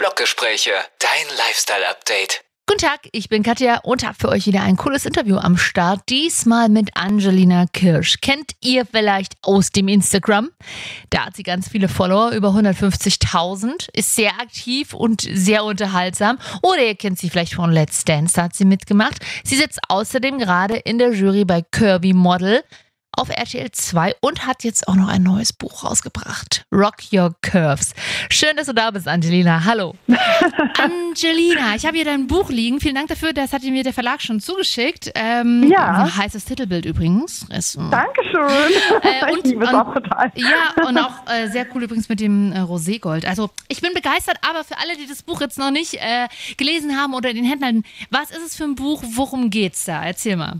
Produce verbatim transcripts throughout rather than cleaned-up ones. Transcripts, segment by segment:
Bloggespräche, dein Lifestyle-Update. Guten Tag, ich bin Katja und habe für euch wieder ein cooles Interview am Start. Diesmal mit Angelina Kirsch. Kennt ihr vielleicht aus dem Instagram? Da hat sie ganz viele Follower, über hundertfünfzigtausend, ist sehr aktiv und sehr unterhaltsam. Oder ihr kennt sie vielleicht von Let's Dance, da hat sie mitgemacht. Sie sitzt außerdem gerade in der Jury bei Curvy Model auf R T L zwei und hat jetzt auch noch ein neues Buch rausgebracht. Rock Your Curves. Schön, dass du da bist, Angelina. Hallo. Angelina, ich habe hier dein Buch liegen. Vielen Dank dafür. Das hat mir der Verlag schon zugeschickt. Ähm, ja. Heißes Titelbild übrigens. Es, Dankeschön. Äh, und, ich liebe es und, auch total. Ja, und auch äh, sehr cool übrigens mit dem äh, Roségold. Also ich bin begeistert, aber für alle, die das Buch jetzt noch nicht äh, gelesen haben oder in den Händen halten, was ist es für ein Buch? Worum geht's da? Erzähl mal.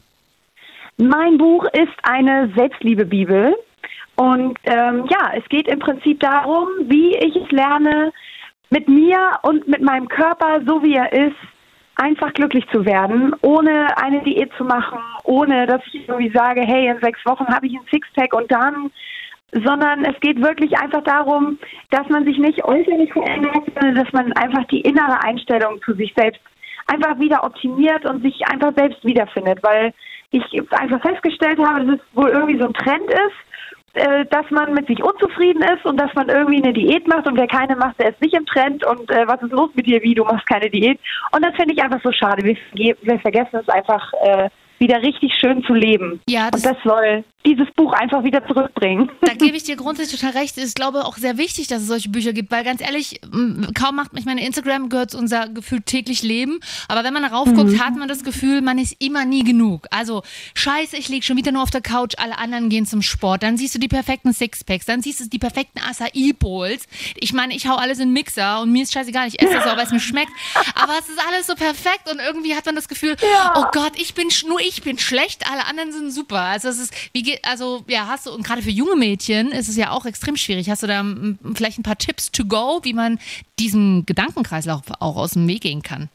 Mein Buch ist eine Selbstliebe-Bibel und ähm, ja, es geht im Prinzip darum, wie ich es lerne, mit mir und mit meinem Körper, so wie er ist, einfach glücklich zu werden, ohne eine Diät zu machen, ohne dass ich irgendwie sage, hey, in sechs Wochen habe ich ein Sixpack und dann, sondern es geht wirklich einfach darum, dass man sich nicht äußerlich verändert, sondern dass man einfach die innere Einstellung zu sich selbst einfach wieder optimiert und sich einfach selbst wiederfindet, weil ich einfach festgestellt habe, dass es wohl irgendwie so ein Trend ist, äh, dass man mit sich unzufrieden ist und dass man irgendwie eine Diät macht und wer keine macht, der ist nicht im Trend und äh, was ist los mit dir, wie, du machst keine Diät. Und das finde ich einfach so schade. Wir, wir vergessen es einfach äh, wieder richtig schön zu leben. Ja, das und das soll dieses Buch einfach wieder zurückbringen. Da gebe ich dir grundsätzlich total recht. Ich glaube auch sehr wichtig, dass es solche Bücher gibt, weil ganz ehrlich, kaum macht, ich meine, Instagram gehört zu unser gefühlt täglich Leben, aber wenn man darauf guckt, mhm. hat man das Gefühl, man ist immer nie genug. Also scheiße, ich liege schon wieder nur auf der Couch, alle anderen gehen zum Sport, dann siehst du die perfekten Sixpacks, dann siehst du die perfekten Acai Bowls. Ich meine, ich hau alles in den Mixer und mir ist scheißegal, ich esse das auch, weil es mir schmeckt, aber es ist alles so perfekt und irgendwie hat man das Gefühl, ja. oh Gott, ich bin, nur ich bin schlecht, alle anderen sind super. Also es ist, wie geht Also, ja, hast du, und gerade für junge Mädchen ist es ja auch extrem schwierig. Hast du da m, vielleicht ein paar Tipps to go, wie man diesen Gedankenkreislauf auch aus dem Weg gehen kann?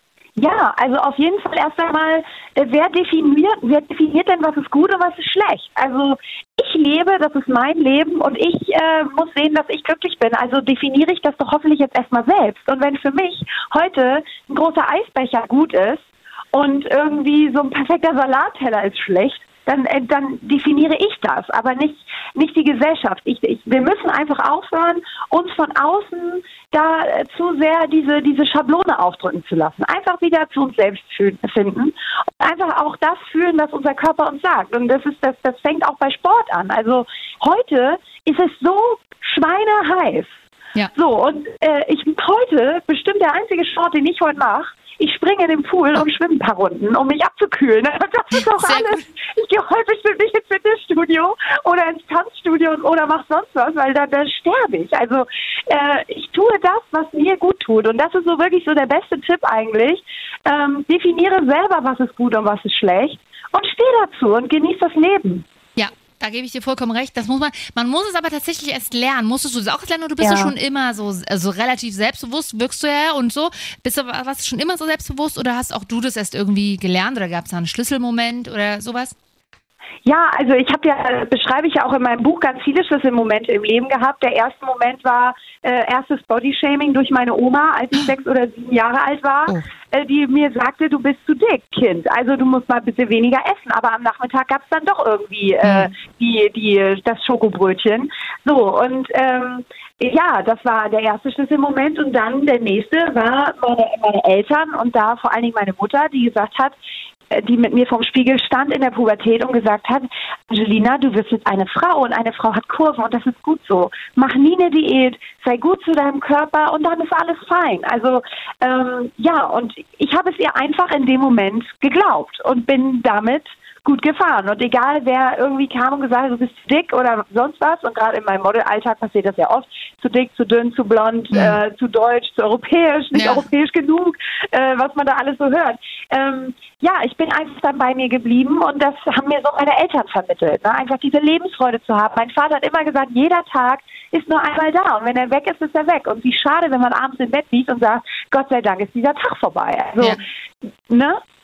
Ja, also auf jeden Fall erst einmal, wer definiert, wer definiert denn, was ist gut und was ist schlecht? Also ich lebe, das ist mein Leben und ich äh, muss sehen, dass ich glücklich bin. Also definiere ich das doch hoffentlich jetzt erstmal selbst. Und wenn für mich heute ein großer Eisbecher gut ist und irgendwie so ein perfekter Salatteller ist schlecht, Dann, äh, dann definiere ich das, aber nicht, nicht die Gesellschaft. Ich, ich, wir müssen einfach aufhören, uns von außen da äh, zu sehr diese, diese Schablone aufdrücken zu lassen. Einfach wieder zu uns selbst fühlen, finden und einfach auch das fühlen, was unser Körper uns sagt. Und das ist das, das fängt auch bei Sport an. Also heute ist es so schweineheiß. Ja. So, und äh, ich heute bestimmt der einzige Sport, den ich heute mache. Ich springe in den Pool und schwimme ein paar Runden, um mich abzukühlen. Das ist doch Sehr alles. gut. Ich gehe heute bestimmt nicht ins Fitnessstudio oder ins Tanzstudio oder mache sonst was, weil da, da sterbe ich. Also äh, ich tue das, was mir gut tut. Und das ist so wirklich so der beste Tipp eigentlich. Ähm, definiere selber, was ist gut und was ist schlecht und steh dazu und genieß das Leben. Ja. Da gebe ich dir vollkommen recht. Das muss man, man muss es aber tatsächlich erst lernen. Musstest du das auch erst lernen oder du bist Ja. ja schon immer so also relativ selbstbewusst, wirkst du ja und so. Bist du warst du schon immer so selbstbewusst oder hast auch du das erst irgendwie gelernt oder gab es da einen Schlüsselmoment oder sowas? Ja, also ich habe ja, beschreibe ich ja auch in meinem Buch ganz viele Schlüsselmomente im Leben gehabt. Der erste Moment war äh, erstes Bodyshaming durch meine Oma, als ich sechs oder sieben Jahre alt war, Oh. äh, die mir sagte, du bist zu dick, Kind. Also du musst mal bitte weniger essen. Aber am Nachmittag gab es dann doch irgendwie äh, die, die, das Schokobrötchen. So, und ähm, ja, das war der erste Schlüsselmoment. Und dann der nächste war meine, meine Eltern und da vor allen Dingen meine Mutter, die gesagt hat, die mit mir vorm Spiegel stand in der Pubertät und gesagt hat, Angelina, du wirst jetzt eine Frau und eine Frau hat Kurven und das ist gut so. Mach nie eine Diät, sei gut zu deinem Körper und dann ist alles fein. Also ähm, ja, und ich habe es ihr einfach in dem Moment geglaubt und bin damit gut gefahren. Und egal, wer irgendwie kam und gesagt hat, du bist zu dick oder sonst was, und gerade in meinem Modelalltag passiert das ja oft, zu dick, zu dünn, zu blond, ja. äh, zu deutsch, zu europäisch, nicht ja. europäisch genug, äh, was man da alles so hört. Ähm, ja, ich bin einfach dann bei mir geblieben und das haben mir so meine Eltern vermittelt, ne? Einfach diese Lebensfreude zu haben. Mein Vater hat immer gesagt, jeder Tag ist nur einmal da und wenn er weg ist, ist er weg. Und wie schade, wenn man abends im Bett liegt und sagt, Gott sei Dank ist dieser Tag vorbei. Also, ja. ne?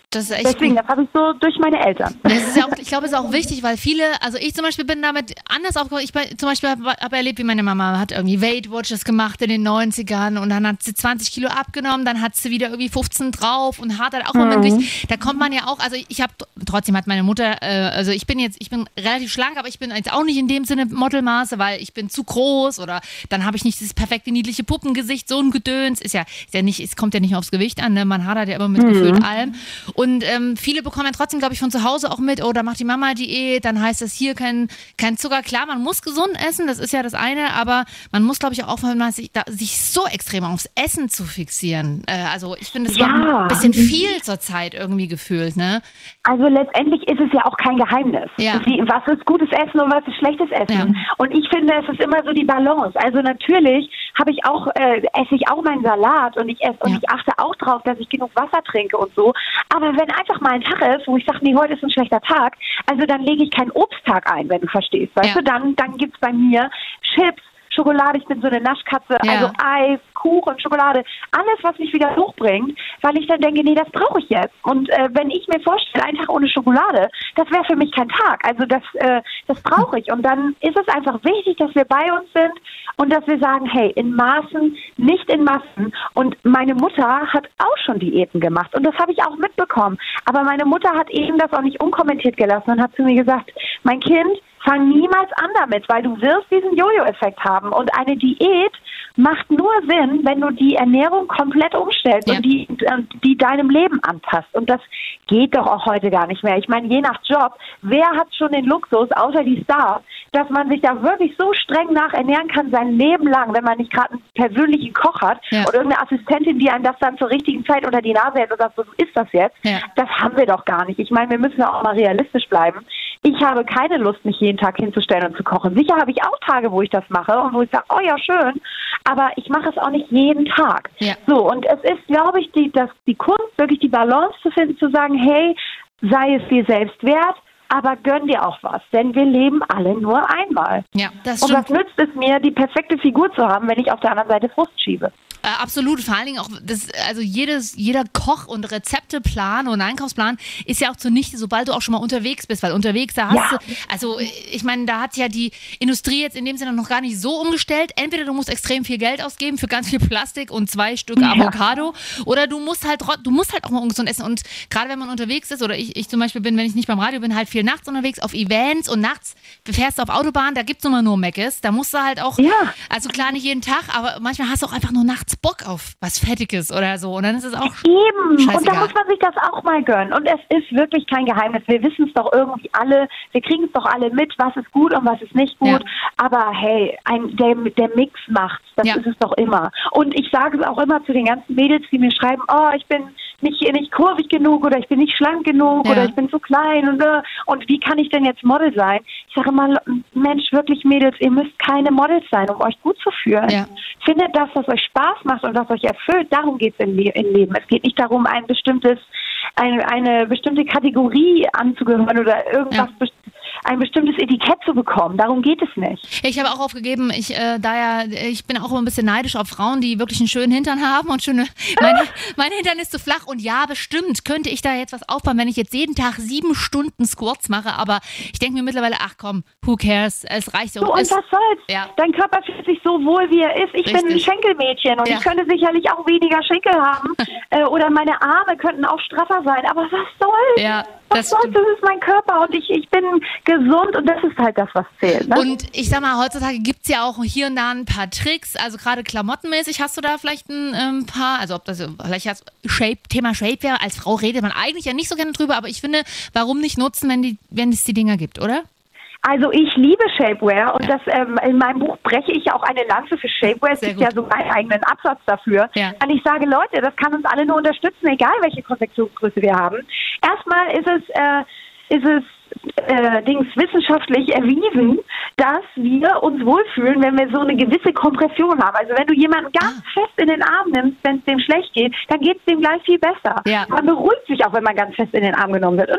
Das ist echt Deswegen, gut. das habe ich so durch meine Eltern. Das ist ja auch, ich glaube, es ist auch wichtig, weil viele, also ich zum Beispiel bin damit anders aufgekommen. Ich bin, zum Beispiel habe hab erlebt, wie meine Mama hat irgendwie Weight Watchers gemacht in den neunzigern und dann hat sie zwanzig Kilo abgenommen, dann hat sie wieder irgendwie fünfzehn drauf und hart halt auch mhm. Gewicht. Da kommt man ja auch, also ich habe, trotzdem hat meine Mutter, äh, also ich bin jetzt, ich bin relativ schlank, aber ich bin jetzt auch nicht in dem Sinne Modelmaße, weil ich bin zu groß oder dann habe ich nicht das perfekte niedliche Puppengesicht, so ein Gedöns, ist ja, ist ja nicht, es kommt ja nicht aufs Gewicht an, ne? Man hadert ja immer mit mhm. gefühlt allem. Und ähm, viele bekommen ja trotzdem, glaube ich, von zu Hause auch mit, oh, da macht die Mama Diät, dann heißt das hier kein, kein Zucker. Klar, man muss gesund essen, das ist ja das eine, aber man muss, glaube ich, auch aufhören, sich, da, sich so extrem aufs Essen zu fixieren. Äh, also ich finde, es ja. war ein bisschen viel zur Zeit irgendwie gefühlt, ne? Also letztendlich ist es ja auch kein Geheimnis. Ja. Wie, was ist gutes Essen und was ist schlechtes Essen? Ja. Und ich finde, es ist immer so die Balance. Also natürlich habe ich auch, äh, esse ich auch meinen Salat und ich esse und ja. ich achte auch drauf, dass ich genug Wasser trinke und so. Aber wenn einfach mal ein Tag ist, wo ich sage, nee, heute ist ein schlechter Tag, also dann lege ich keinen Obsttag ein, wenn du verstehst. Weißt ja. du, dann, dann gibt es bei mir Chips, Schokolade, ich bin so eine Naschkatze, ja. also Eis, Kuchen, Schokolade, alles, was mich wieder hochbringt, weil ich dann denke, nee, das brauche ich jetzt. Und äh, wenn ich mir vorstelle, ein Tag ohne Schokolade, das wäre für mich kein Tag. Also das, äh, das brauche ich. Und dann ist es einfach wichtig, dass wir bei uns sind und dass wir sagen, hey, in Maßen, nicht in Massen. Und meine Mutter hat auch schon Diäten gemacht und das habe ich auch mitbekommen. Aber meine Mutter hat eben das auch nicht unkommentiert gelassen und hat zu mir gesagt, mein Kind, fang niemals an damit, weil du wirst diesen Jojo-Effekt haben. Und eine Diät macht nur Sinn, wenn du die Ernährung komplett umstellst ja. und die, die deinem Leben anpasst. Und das geht doch auch heute gar nicht mehr. Ich meine, je nach Job, wer hat schon den Luxus, außer die Stars, dass man sich da wirklich so streng nach ernähren kann, sein Leben lang, wenn man nicht gerade einen persönlichen Koch hat ja. oder irgendeine Assistentin, die einem das dann zur richtigen Zeit unter die Nase hält und sagt, so ist das jetzt. Ja. Das haben wir doch gar nicht. Ich meine, wir müssen ja auch mal realistisch bleiben. Ich habe keine Lust, mich jeden Tag hinzustellen und zu kochen. Sicher habe ich auch Tage, wo ich das mache und wo ich sage, oh ja, schön, aber ich mache es auch nicht jeden Tag. Ja. So, und es ist, glaube ich, die, das, die Kunst, wirklich die Balance zu finden, zu sagen, hey, sei es dir selbst wert, aber gönn dir auch was, denn wir leben alle nur einmal. Ja, das und stimmt. was nützt es mir, die perfekte Figur zu haben, wenn ich auf der anderen Seite Frust schiebe? Äh, absolut, vor allen Dingen auch, das, also jedes, jeder Koch- und Rezepteplan und Einkaufsplan ist ja auch zunichte, sobald du auch schon mal unterwegs bist, weil unterwegs, da hast ja. du, also ich meine, da hat ja die Industrie jetzt in dem Sinne noch gar nicht so umgestellt, entweder du musst extrem viel Geld ausgeben für ganz viel Plastik und zwei Stück ja. Avocado oder du musst halt, du musst halt auch mal ungesund essen und gerade wenn man unterwegs ist oder ich, ich zum Beispiel bin, wenn ich nicht beim Radio bin, halt viel nachts unterwegs auf Events und nachts fährst du auf Autobahn, da gibt's immer nur Meckes, da musst du halt auch, ja. also klar nicht jeden Tag, aber manchmal hast du auch einfach nur nachts Bock auf was Fettiges oder so und dann ist es auch eben scheißegal. Und da muss man sich das auch mal gönnen und es ist wirklich kein Geheimnis, wir wissen es doch irgendwie alle, wir kriegen es doch alle mit, was ist gut und was ist nicht gut, ja. aber hey, ein, der, der Mix macht's, das ja. ist es doch immer und ich sage es auch immer zu den ganzen Mädels, die mir schreiben, oh, ich bin nicht, nicht kurvig genug oder ich bin nicht schlank genug ja. oder ich bin zu klein und, und wie kann ich denn jetzt Model sein? Ich sage immer, Mensch, wirklich Mädels, ihr müsst keine Models sein, um euch gut zu fühlen. Ja. Findet das, was euch Spaß macht und was euch erfüllt, darum geht es im, Le im Leben. Es geht nicht darum, ein bestimmtes, eine, eine bestimmte Kategorie anzugehören oder irgendwas ja. ein bestimmtes Etikett zu bekommen. Darum geht es nicht. Ich habe auch aufgegeben, ich äh, da ja, ich bin auch immer ein bisschen neidisch auf Frauen, die wirklich einen schönen Hintern haben und schöne, mein, mein Hintern ist zu flach und ja, bestimmt könnte ich da jetzt was aufbauen, wenn ich jetzt jeden Tag sieben Stunden Squats mache, aber ich denke mir mittlerweile, ach komm, who cares, es reicht so. So, und was soll's? Ja. Dein Körper fühlt sich so wohl, wie er ist. Ich Richtig. bin ein Schenkelmädchen und ja. ich könnte sicherlich auch weniger Schenkel haben äh, oder meine Arme könnten auch straffer sein, aber was soll's? Ja. Was soll's? Das ist mein Körper und ich, ich bin gesund und das ist halt das, was zählt. Ne? Und ich sag mal, heutzutage gibt es ja auch hier und da ein paar Tricks, also gerade klamottenmäßig hast du da vielleicht ein ähm, paar, also ob das vielleicht das Shape, Thema Shapewear, als Frau redet man eigentlich ja nicht so gerne drüber, aber ich finde, warum nicht nutzen, wenn, die, wenn es die Dinger gibt, oder? Also ich liebe Shapewear und ja. das ähm, in meinem Buch breche ich auch eine Lanze für Shapewear. Es gibt ja so einen eigenen Absatz dafür. Ja. Und ich sage, Leute, das kann uns alle nur unterstützen, egal welche Konfektionsgröße wir haben. Erstmal ist es, äh, ist es äh, Dings wissenschaftlich erwiesen, dass wir uns wohlfühlen, wenn wir so eine gewisse Kompression haben. Also wenn du jemanden ganz ah. fest in den Arm nimmst, wenn es dem schlecht geht, dann geht es dem gleich viel besser. Ja. Man beruhigt sich auch, wenn man ganz fest in den Arm genommen wird. Und das tun die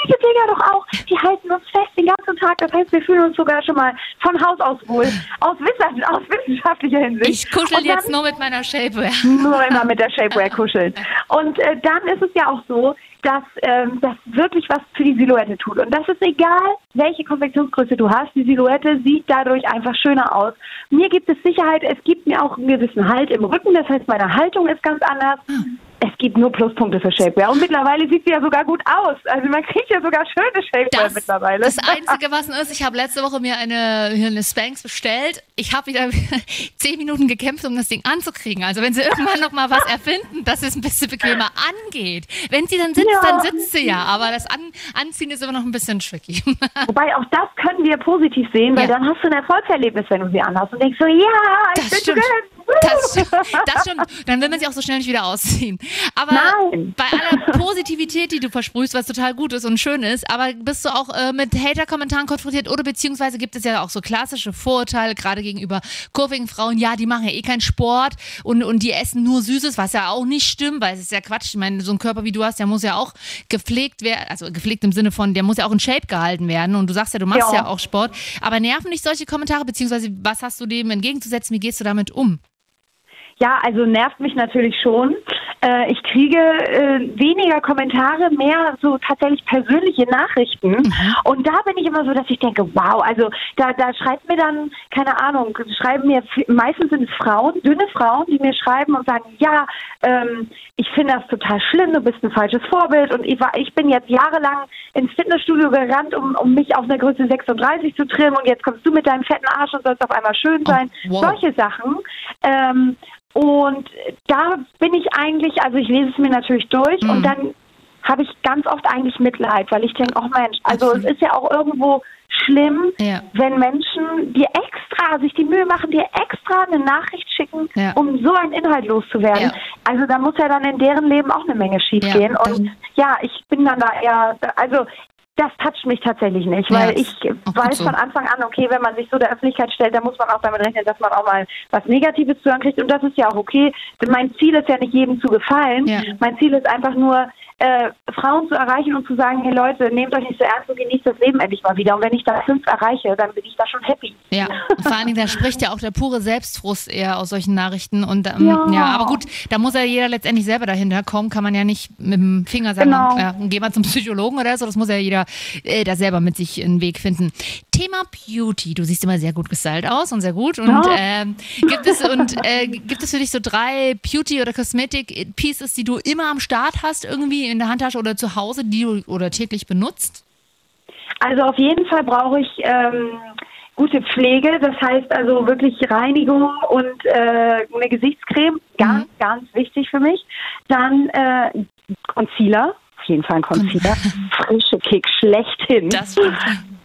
diese Dinger doch auch, die halten uns fest den ganzen Tag. Das heißt, wir fühlen uns sogar schon mal von Haus aus wohl, aus, Wissenschaft, aus wissenschaftlicher Hinsicht. Ich kuschel dann, jetzt nur mit meiner Shapewear. Nur immer mit der Shapewear kuscheln. Und äh, dann ist es ja auch so, dass ähm, das wirklich was für die Silhouette tut. Und das ist egal, welche Konfektionsgröße du hast. Die Silhouette sieht dadurch einfach schöner aus. Mir gibt es Sicherheit, es gibt mir auch einen gewissen Halt im Rücken. Das heißt, meine Haltung ist ganz anders. Hm. Es gibt nur Pluspunkte für Shapewear. Und mittlerweile sieht sie ja sogar gut aus. Also man kriegt ja sogar schöne Shapewear das, mittlerweile. Das Einzige, was ist, ich habe letzte Woche mir eine, eine Spanx bestellt. Ich habe wieder zehn Minuten gekämpft, um das Ding anzukriegen. Also wenn sie irgendwann noch mal was erfinden, dass es ein bisschen bequemer angeht. Wenn sie dann sitzt, ja. dann sitzt sie ja. Aber das An Anziehen ist immer noch ein bisschen tricky. Wobei auch das können wir positiv sehen, weil ja. dann hast du ein Erfolgserlebnis, wenn du sie anhast und denkst so, ja, ich das bin stimmt. Good. Das stimmt. Das stimmt. Dann will man sie auch so schnell nicht wieder ausziehen. Aber Nein. bei aller Positivität, die du versprühst, was total gut ist und schön ist, aber bist du auch äh, mit Hater-Kommentaren konfrontiert oder beziehungsweise gibt es ja auch so klassische Vorurteile, gerade gegenüber kurvigen Frauen, ja, die machen ja eh keinen Sport und, und die essen nur Süßes, was ja auch nicht stimmt, weil es ist ja Quatsch. Ich meine, so ein Körper wie du hast, der muss ja auch gepflegt werden, also gepflegt im Sinne von, der muss ja auch in Shape gehalten werden und du sagst ja, du machst ja, ja auch Sport, aber nerven dich solche Kommentare, beziehungsweise was hast du dem entgegenzusetzen, wie gehst du damit um? Ja, also nervt mich natürlich schon. Äh, ich kriege äh, weniger Kommentare, mehr so tatsächlich persönliche Nachrichten. Mhm. Und da bin ich immer so, dass ich denke, wow, also da, da schreibt mir dann, keine Ahnung, schreiben mir, meistens sind es Frauen, dünne Frauen, die mir schreiben und sagen, ja, ähm, ich finde das total schlimm, du bist ein falsches Vorbild und ich, war, ich bin jetzt jahrelang ins Fitnessstudio gerannt, um, um mich auf eine Größe sechsunddreißig zu trimmen und jetzt kommst du mit deinem fetten Arsch und sollst auf einmal schön sein. Oh, wow. Solche Sachen. Ähm, Und da bin ich eigentlich, also ich lese es mir natürlich durch mhm. und dann habe ich ganz oft eigentlich Mitleid, weil ich denke, oh Mensch, also es ist ja auch irgendwo schlimm, ja. wenn Menschen dir extra, sich die Mühe machen, dir extra eine Nachricht schicken, ja. um so einen Inhalt loszuwerden. Ja. Also da muss ja dann in deren Leben auch eine Menge schief ja, gehen. Und ja, ich bin dann da eher, also das toucht mich tatsächlich nicht, weil ja, ich weiß so. von Anfang an, okay, wenn man sich so der Öffentlichkeit stellt, dann muss man auch damit rechnen, dass man auch mal was Negatives zu hören kriegt und das ist ja auch okay. Mein Ziel ist ja nicht jedem zu gefallen. Ja. Mein Ziel ist einfach nur, äh, Frauen zu erreichen und zu sagen, hey Leute, nehmt euch nicht so ernst und genießt das Leben endlich mal wieder. Und wenn ich da fünf erreiche, dann bin ich da schon happy. Ja, und vor allen Dingen, da spricht ja auch der pure Selbstfrust eher aus solchen Nachrichten. Und ähm, ja. ja, aber gut, da muss ja jeder letztendlich selber dahinter kommen. Kann man ja nicht mit dem Finger sagen, genau. ja, geh mal zum Psychologen oder so. Das muss ja jeder äh, da selber mit sich einen Weg finden. Thema Beauty. Du siehst immer sehr gut gestylt aus und sehr gut. Und ja. ähm, gibt es und äh, gibt es für dich so drei Beauty- oder Cosmetic-Pieces, die du immer am Start hast, irgendwie in der Handtasche oder zu Hause, die du oder täglich benutzt? Also auf jeden Fall brauche ich ähm, gute Pflege. Das heißt also wirklich Reinigung und äh, eine Gesichtscreme. Ganz, mhm. ganz wichtig für mich. Dann äh, Concealer. Auf jeden Fall ein Concealer. Frische Kick schlechthin. Das stimmt.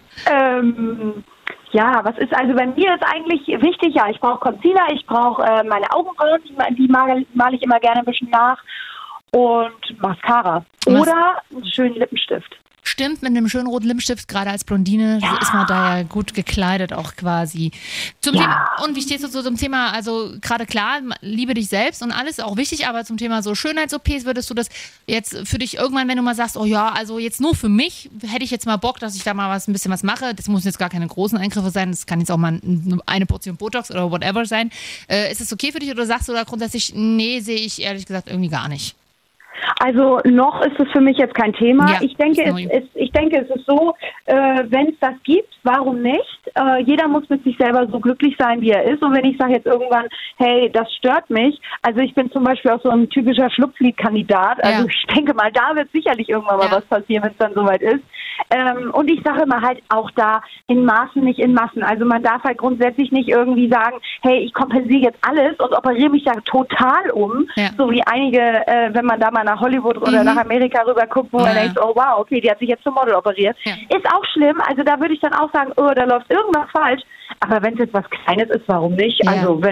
Ähm, ja, was ist also bei mir ist eigentlich wichtig, ja, ich brauche Concealer, ich brauche äh, meine Augenbrauen, die, die male, male ich immer gerne ein bisschen nach und Mascara Was? oder einen schönen Lippenstift. Stimmt, mit einem schönen roten Lippenstift, gerade als Blondine, ja. ist man da ja gut gekleidet auch quasi. Zum ja. Thema, und wie stehst du so zum Thema, also gerade klar, liebe dich selbst und alles auch wichtig, aber zum Thema so Schönheits-O Ps, würdest du das jetzt für dich irgendwann, wenn du mal sagst, oh ja, also jetzt nur für mich, hätte ich jetzt mal Bock, dass ich da mal was ein bisschen was mache, das muss jetzt gar keine großen Eingriffe sein, das kann jetzt auch mal eine Portion Botox oder whatever sein. Äh, ist das okay für dich oder sagst du da grundsätzlich, nee, sehe ich ehrlich gesagt irgendwie gar nicht? Also noch ist es für mich jetzt kein Thema. Ja, ich denke, es ist, ich denke, es ist so, äh, wenn es das gibt, warum nicht? Äh, jeder muss mit sich selber so glücklich sein, wie er ist. Und wenn ich sage jetzt irgendwann, hey, das stört mich, also ich bin zum Beispiel auch so ein typischer Schlupfliedkandidat. Also ja. ich denke mal, da wird sicherlich irgendwann mal ja. was passieren, wenn es dann soweit ist. Ähm, und ich sage immer halt auch da in Maßen, nicht in Massen. Also man darf halt grundsätzlich nicht irgendwie sagen, hey, ich kompensiere jetzt alles und operiere mich da total um. Ja. So wie einige, äh, wenn man da mal nach Hollywood oder mhm. nach Amerika rüber guckt, wo ja. man denkt, oh wow, okay, die hat sich jetzt zum Model operiert. Ja. Ist auch schlimm. Also da würde ich dann auch sagen, oh, da läuft irgendwas falsch. Aber wenn es jetzt was Kleines ist, warum nicht? Ja. Also wenn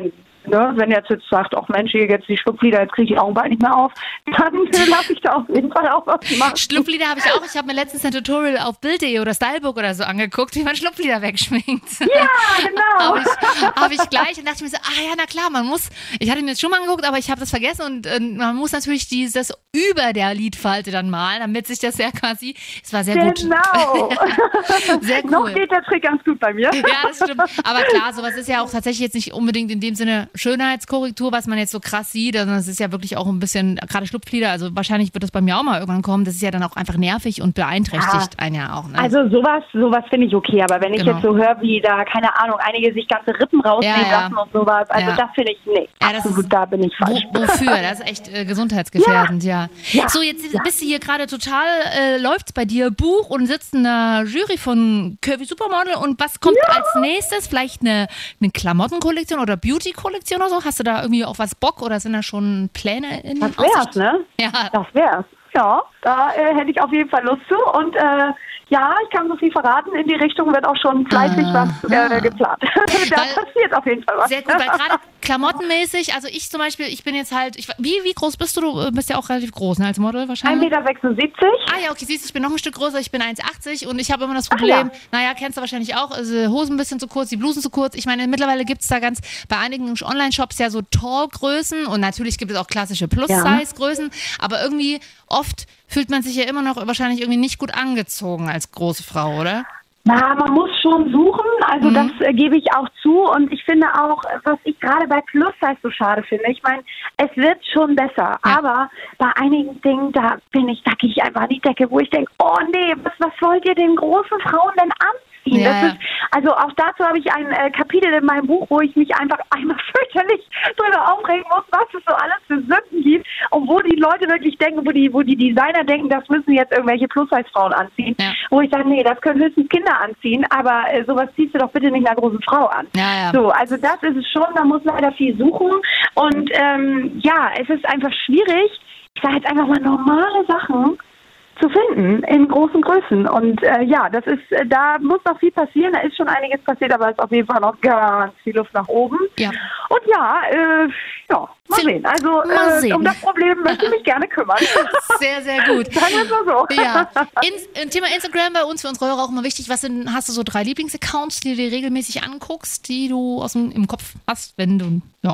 ne, wenn jetzt jetzt sagt, ach Mensch, hier jetzt die Schlupflieder, jetzt kriege ich die Augen bald nicht mehr auf, dann lasse ich da auf jeden Fall auch was machen. Schlupflieder habe ich auch. Ich habe mir letztens ein Tutorial auf Bild punkt de oder Stylebook oder so angeguckt, wie man Schlupflieder wegschminkt. Ja, genau. habe ich, hab ich gleich und dachte mir so, ah ja, na klar, man muss, ich hatte mir jetzt schon mal angeguckt, aber ich habe das vergessen und äh, man muss natürlich dieses über der Lidfalte dann malen, damit sich das ja quasi, es war sehr gut. Genau. Sehr cool. Noch geht der Trick ganz gut bei mir. Ja, das stimmt. Aber klar, sowas ist ja auch tatsächlich jetzt nicht unbedingt in dem Sinne Schönheitskorrektur, was man jetzt so krass sieht. Also das ist ja wirklich auch ein bisschen, gerade Schlupflieder, also wahrscheinlich wird das bei mir auch mal irgendwann kommen. Das ist ja dann auch einfach nervig und beeinträchtigt Ja. einen ja auch. Ne? Also sowas, sowas finde ich okay, aber wenn ich Genau. jetzt so höre, wie da, keine Ahnung, einige sich ganze Rippen rausnehmen Ja, ja. lassen und sowas, also Ja. das finde ich, nee, Ja, das absolut, ist- da bin ich falsch. Wo, wofür? Das ist echt äh, gesundheitsgefährdend, ja. Ja. So, jetzt bist du hier gerade total, äh, läuft's bei dir Buch und sitzt in der Jury von Curvy Supermodel und was kommt als nächstes? Vielleicht eine, eine Klamottenkollektion oder Beauty-Kollektion oder so? Hast du da irgendwie auf was Bock oder sind da schon Pläne in Das wär's, Aussicht? ne? Ja. Das wär's. Ja, da äh, hätte ich auf jeden Fall Lust zu. Und äh, ja, ich kann so viel verraten. In die Richtung wird auch schon fleißig Ah, was äh, geplant. da Weil- passiert auf jeden Fall was. Sehr gut, weil gerade klamottenmäßig, also ich zum Beispiel, ich bin jetzt halt, ich, wie, wie groß bist du? Du bist ja auch relativ groß, ne, als Model ein wahrscheinlich. Meter sechsundsiebzig. Ah ja, okay, siehst du, ich bin noch ein Stück größer, ich bin eins Komma achtzig und ich habe immer das Problem, ja. naja, kennst du wahrscheinlich auch, also Hosen ein bisschen zu kurz, die Blusen zu kurz. Ich meine, mittlerweile gibt es da ganz, bei einigen Online-Shops ja so Tall-Größen und natürlich gibt es auch klassische Plus-Size-Größen, aber irgendwie oft fühlt man sich ja immer noch wahrscheinlich irgendwie nicht gut angezogen als große Frau, oder? Na, man muss schon suchen, also Mhm. das äh, gebe ich auch zu und ich finde auch, was ich gerade bei Plus-Size so schade finde, ich meine, es wird schon besser, Ja. aber bei einigen Dingen, da bin ich, da gehe ich einfach an die Decke, wo ich denke, oh nee, was, was wollt ihr den großen Frauen denn anziehen? Ja, das ja. ist, also auch dazu habe ich ein äh, Kapitel in meinem Buch, wo ich mich einfach einmal fürchterlich drüber aufregen muss, was es so alles für Sünden gibt und wo die Leute wirklich denken, wo die, wo die Designer denken, das müssen jetzt irgendwelche Plus-Size-Frauen anziehen. Ja. Wo ich sage, nee, das können höchstens Kinder anziehen, aber äh, sowas ziehst du doch bitte nicht einer großen Frau an. Ja, ja. So, also das ist es schon, man muss leider viel suchen und ähm, ja, es ist einfach schwierig, ich sage jetzt einfach mal normale Sachen zu finden in großen Größen und äh, ja, das ist, äh, da muss noch viel passieren, da ist schon einiges passiert, aber es ist auf jeden Fall noch ganz viel Luft nach oben. Ja. Und ja, äh, ja, mal Viel- sehen. Also mal äh, sehen. um das Problem möchte ich mich gerne kümmern. Sehr, sehr gut. Sagen wir es mal so. Ja, In, im Thema Instagram bei uns, für unsere Hörer auch immer wichtig, was sind, hast du so drei Lieblingsaccounts, die du dir regelmäßig anguckst, die du aus dem, im Kopf hast, wenn du, ja.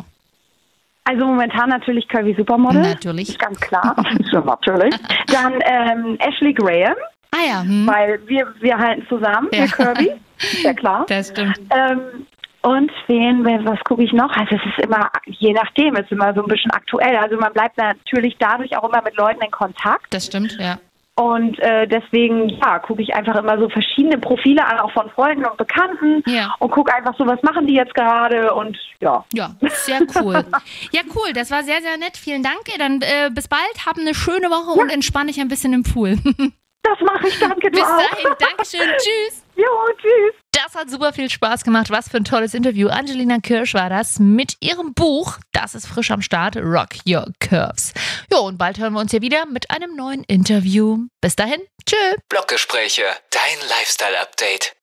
Also momentan natürlich Curvy Supermodel. Natürlich. Ist ganz klar. Schon natürlich. Dann ähm, Ashley Graham, Ah ja, hm. weil wir, wir halten zusammen, Ja. wir Curvy. Ist ja klar. Das stimmt. Ähm, und wen, wen- was gucke ich noch? Also es ist immer, je nachdem, es ist immer so ein bisschen aktuell. Also man bleibt natürlich dadurch auch immer mit Leuten in Kontakt. Das stimmt, ja. Und äh, deswegen, ja, gucke ich einfach immer so verschiedene Profile an, auch von Freunden und Bekannten. Ja. Und gucke einfach so, was machen die jetzt gerade und ja. Ja, sehr cool. Ja, cool, das war sehr, sehr nett. Vielen Dank. Dann äh, bis bald, hab eine schöne Woche und entspann dich ein bisschen im Pool. Das mache ich, danke, du Bis auch. dahin, Dankeschön, tschüss. Jo, tschüss. Das hat super viel Spaß gemacht. Was für ein tolles Interview. Angelina Kirsch war das mit ihrem Buch. Das ist frisch am Start. Rock Your Curves. Jo, und bald hören wir uns hier wieder mit einem neuen Interview. Bis dahin. Tschö. Bloggespräche, dein Lifestyle-Update.